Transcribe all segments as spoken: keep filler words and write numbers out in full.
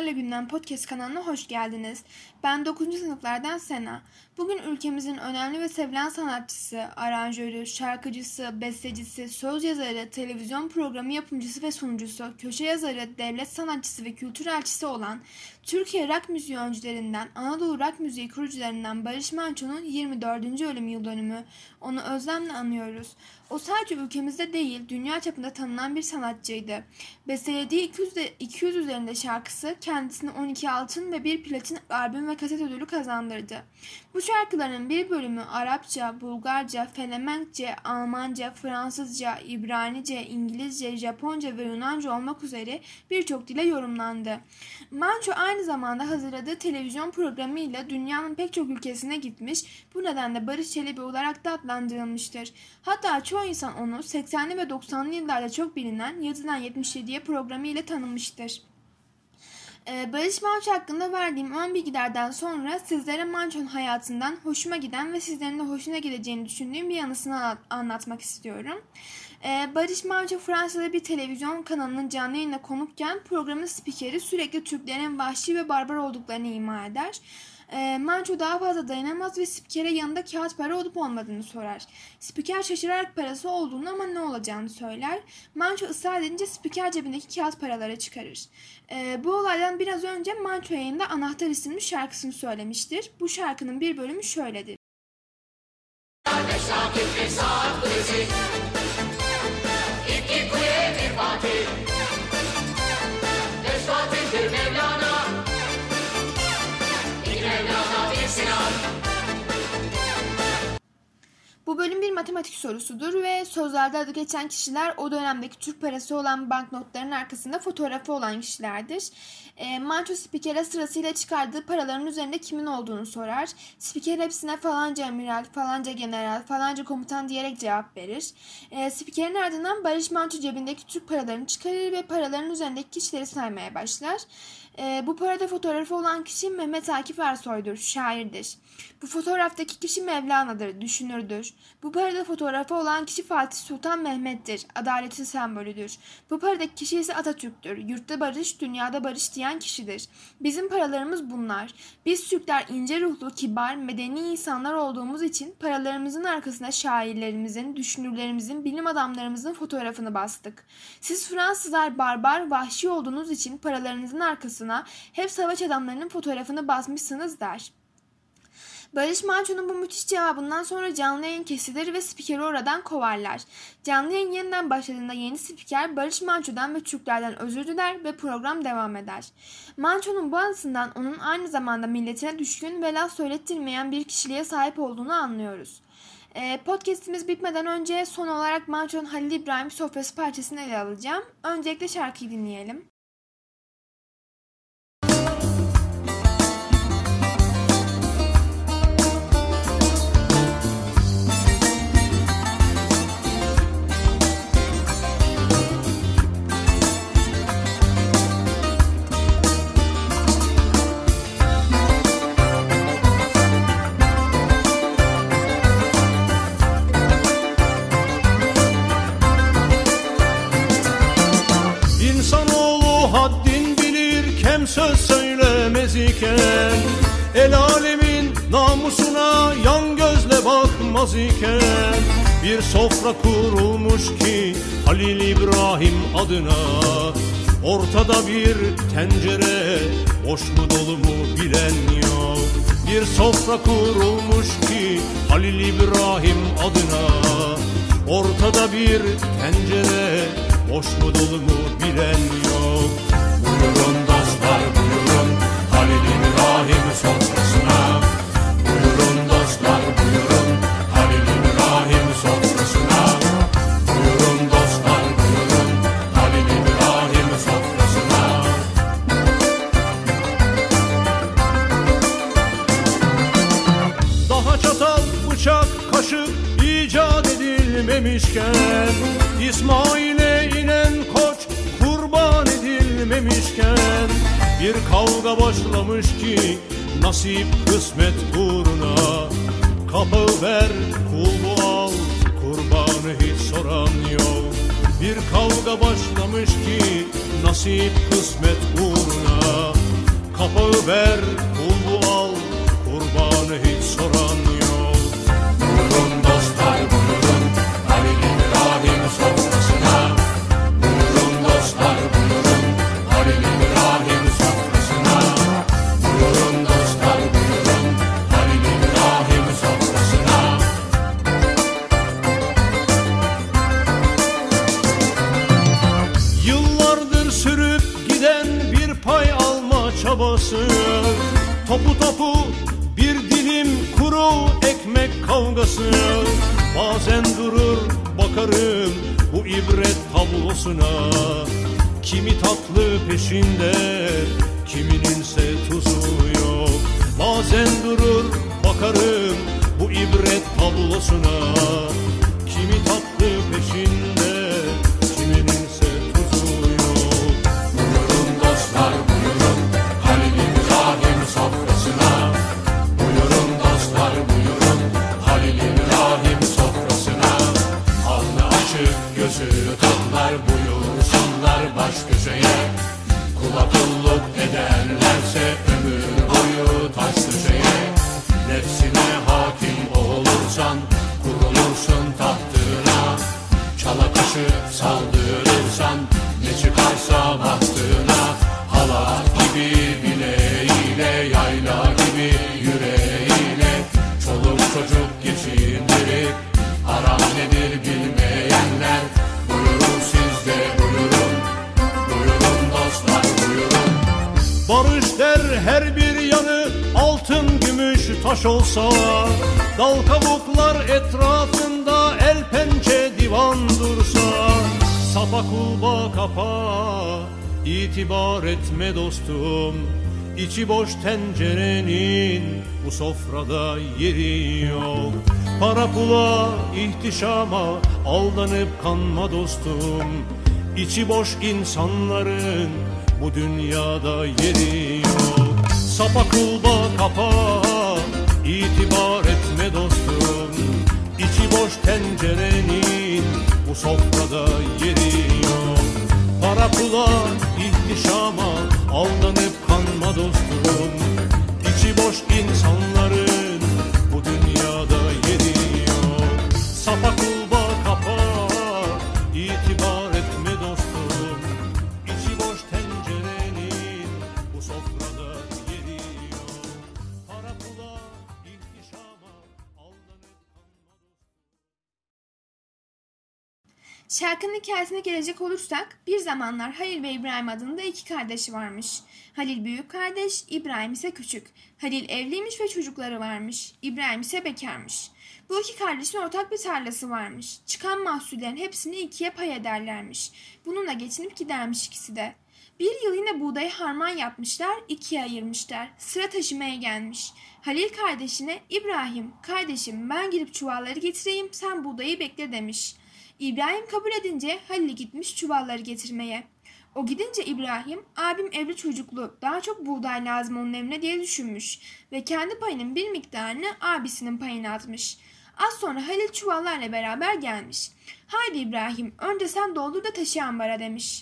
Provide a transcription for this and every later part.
Kültürlerle Gündem Podcast kanalına hoş geldiniz. Ben dokuzuncu sınıflardan Sena. Bugün ülkemizin önemli ve sevilen sanatçısı, aranjörü, şarkıcısı, bestecisi, söz yazarı, televizyon programı yapımcısı ve sunucusu, köşe yazarı, devlet sanatçısı ve kültür elçisi olan Türkiye rock müziği öncülerinden, Anadolu rock müziği kurucularından Barış Manço'nun yirmi dördüncü ölüm yıl dönümü. Onu özlemle anıyoruz. O sadece ülkemizde değil, dünya çapında tanınan bir sanatçıydı. Bestelediği iki yüz, iki yüz üzerinde şarkısı kendisine on iki altın ve bir platin albüm ve kaset ödülü kazandırdı. Bu şarkıların bir bölümü Arapça, Bulgarca, Felemenkçe, Almanca, Fransızca, İbranice, İngilizce, Japonca ve Yunanca olmak üzere birçok dile yorumlandı. Manço aynı zamanda hazırladığı televizyon programıyla dünyanın pek çok ülkesine gitmiş, bu nedenle Barış Çelebi olarak da adlandırılmıştır. Hatta çoğu insan onu seksenli ve doksanlı yıllarda çok bilinen yediden yetmiş yediye programı ile tanımıştır. Ee, Barış Manço hakkında verdiğim ön bilgilerden sonra sizlere Manço'nun hayatından hoşuma giden ve sizlerin de hoşuna gideceğini düşündüğüm bir yanısını anlatmak istiyorum. Ee, Barış Manço Fransa'da bir televizyon kanalının canlı yayına konukken programın spikeri sürekli Türklerin vahşi ve barbar olduklarını ima eder. E, Manço daha fazla dayanamaz ve spikere yanında kağıt para olup olmadığını sorar. Spiker şaşırarak parası olduğunu ama ne olacağını söyler. Manço ısrar edince spiker cebindeki kağıt paraları çıkarır. E, bu olaydan biraz önce Manço yayında Anahtar isimli şarkısını söylemiştir. Bu şarkının bir bölümü şöyledir. Bu bölüm bir matematik sorusudur ve sözlerde adı geçen kişiler o dönemdeki Türk parası olan banknotların arkasında fotoğrafı olan kişilerdir. E, Manço spikere sırasıyla çıkardığı paraların üzerinde kimin olduğunu sorar. Spiker hepsine falanca amiral, falanca general, falanca komutan diyerek cevap verir. E, spikerin ardından Barış Manço cebindeki Türk paralarını çıkarır ve paraların üzerindeki kişileri saymaya başlar. E, bu parada fotoğrafı olan kişi Mehmet Akif Ersoy'dur, şairdir. Bu fotoğraftaki kişi Mevlana'dır, düşünürdür. Bu parada fotoğrafı olan kişi Fatih Sultan Mehmet'tir, adaletin sembolüdür. Bu paradaki kişi ise Atatürk'tür, yurtta barış, dünyada barış diyen kişidir. Bizim paralarımız bunlar. Biz Türkler ince ruhlu, kibar, medeni insanlar olduğumuz için paralarımızın arkasına şairlerimizin, düşünürlerimizin, bilim adamlarımızın fotoğrafını bastık. Siz Fransızlar barbar, vahşi olduğunuz için paralarınızın arkasına hep savaş adamlarının fotoğrafını basmışsınız der. Barış Manço'nun bu müthiş cevabından sonra canlı yayın kesilir ve spikeri oradan kovarlar. Canlı yayın yeniden başladığında yeni spiker Barış Manço'dan ve Türklerden özür diler ve program devam eder. Manço'nun bu anısından onun aynı zamanda milletine düşkün ve laf söylettirmeyen bir kişiliğe sahip olduğunu anlıyoruz. Podcast'imiz bitmeden önce son olarak Manço'nun Halil İbrahim Sofrası parçasını ele alacağım. Öncelikle şarkıyı dinleyelim. Söz söylemez iken, el alemin namusuna yan gözle bakmaz iken, bir sofra kurulmuş ki Halil İbrahim adına, ortada bir tencere, boş mu dolu mu bilen yok. Bir sofra kurulmuş ki Halil İbrahim adına, ortada bir tencere, boş mu dolu mu bilen yok. Buyurun dostlar, buyurun Halil İbrahim sofrasına. Buyurun dostlar, buyurun Halil İbrahim sofrasına. Buyurun dostlar, buyurun Halil İbrahim sofrasına. Daha çatal, bıçak, kaşık icat edilmemişken, İsmail'e inen koç kurban edilmemişken, bir kavga başlamış ki nasip kısmet uğruna. Kapağı ver, kulu al, kurbanı hiç soran yok. Bir kavga başlamış ki nasip kısmet uğruna. Kapağı ver, kulbu al, kurbanı hiç soran yok. Buyurun dostlar buyurun, Halil İbrahim sofrasına. Buyurun dostlar buyurun, Halil İbrahim sofrasına. Buyurun dostlar buyurun, Halil İbrahim sofrasına. Yıllardır sürüp giden bir pay alma çabası, topu topu bir dilim kuru ekmek kavgası. Bazen durur bakarım bu ibret tablosuna. Kimi tatlı peşinde, kimininse tuzu yok. Bazen durur bakarım bu ibret tablosuna. Kimi tatlı peşinde, kimininse tuzu yok. Buyurun dostlar buyurun, Halil İbrahim sofrasına. Buyurun dostlar buyurun, Halil İbrahim sofrasına. Alnı açık gözü tonlar buyursunlar baş köşeye. Kula kulluk ederlerse ömür boyu taş köşeye. Nefsine hakim olursan kurulursun tahtına. Çala kaşık saldırırsan ne çıkarsa bahtına. Halat gibi bileğiyle, yayla gibi yüreğiyle. Çoluk çocuk geçindirip haram nedir bilmeyenler. Buyurun siz de buyurun, buyurun dostlar buyurun. Barış der her bir yanı altın gümüş taş olsa. Dal kavuklar etrafında el pençe divan dursa. Sapa kulba kapa, itibar etme dostum. İçi boş tencerenin bu sofrada yeri yok. Para pula, ihtişama aldanıp kanma dostum. İçi boş insanların bu dünyada yeri yok. Sapa kulba kapa, itibar etme dostum. İçi boş tencerenin bu sofrada yeri yok. Para pula, ihtişama aldanıp kanma dostum. İçi boş insanların bu dünyada yeri yok. Sapa kulba kapa, itibar etme dostum. İçi boş tencerenin bu sofrada yeri yok. Para pula, ihtişama aldanıp kanma dostum. Şarkının hikayesine gelecek olursak, bir zamanlar Halil ve İbrahim adında iki kardeşi varmış. Halil büyük kardeş, İbrahim ise küçük. Halil evliymiş ve çocukları varmış. İbrahim ise bekarmış. Bu iki kardeşin ortak bir tarlası varmış. Çıkan mahsullerin hepsini ikiye pay ederlermiş. Bununla geçinip gidermiş ikisi de. Bir yıl yine buğdayı harman yapmışlar, ikiye ayırmışlar. Sıra taşımaya gelmiş. Halil kardeşine, İbrahim, kardeşim ben gidip çuvalları getireyim, sen buğdayı bekle demiş. İbrahim kabul edince Halil gitmiş çuvalları getirmeye. O gidince İbrahim, abim evli çocuklu, daha çok buğday lazım onun evine diye düşünmüş ve kendi payının bir miktarını abisinin payına atmış. Az sonra Halil çuvallarla beraber gelmiş. Haydi İbrahim, önce sen doldur da taşı ambara demiş.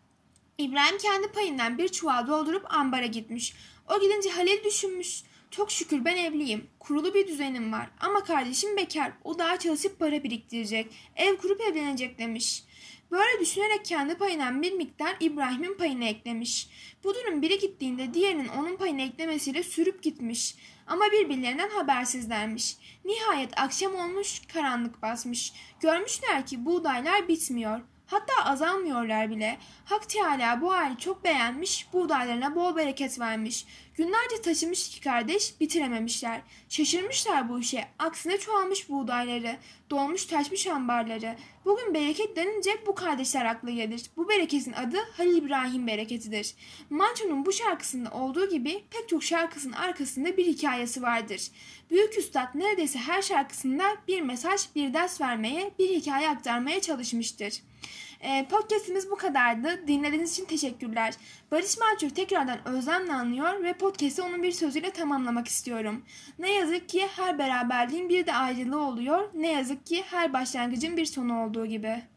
İbrahim kendi payından bir çuval doldurup ambara gitmiş. O gidince Halil düşünmüş. Çok şükür ben evliyim. Kurulu bir düzenim var. Ama kardeşim bekar. O daha çalışıp para biriktirecek. Ev kurup evlenecek demiş. Böyle düşünerek kendi payından bir miktar İbrahim'in payına eklemiş. Bu durum biri gittiğinde diğerinin onun payına eklemesiyle sürüp gitmiş. Ama birbirlerinden habersizlermiş. Nihayet akşam olmuş, karanlık basmış. Görmüşler ki buğdaylar bitmiyor. Hatta azalmıyorlar bile. Hak Teâlâ bu hali çok beğenmiş, buğdaylarına bol bereket vermiş. Günlerce taşımış iki kardeş, bitirememişler. Şaşırmışlar bu işe. Aksine çoğalmış buğdayları, dolmuş taşmış ambarları. Bugün bereket denince bu kardeşler akla gelir. Bu bereketin adı Halil İbrahim bereketidir. Manço'nun bu şarkısında olduğu gibi pek çok şarkısının arkasında bir hikayesi vardır. Büyük Üstad neredeyse her şarkısında bir mesaj, bir ders vermeye, bir hikaye aktarmaya çalışmıştır. Podcast'imiz bu kadardı. Dinlediğiniz için teşekkürler. Barış Manço tekrardan özlemle anlıyor ve podcast'i onun bir sözüyle tamamlamak istiyorum. Ne yazık ki her beraberliğin bir de ayrılığı oluyor. Ne yazık ki her başlangıcın bir sonu olduğu gibi.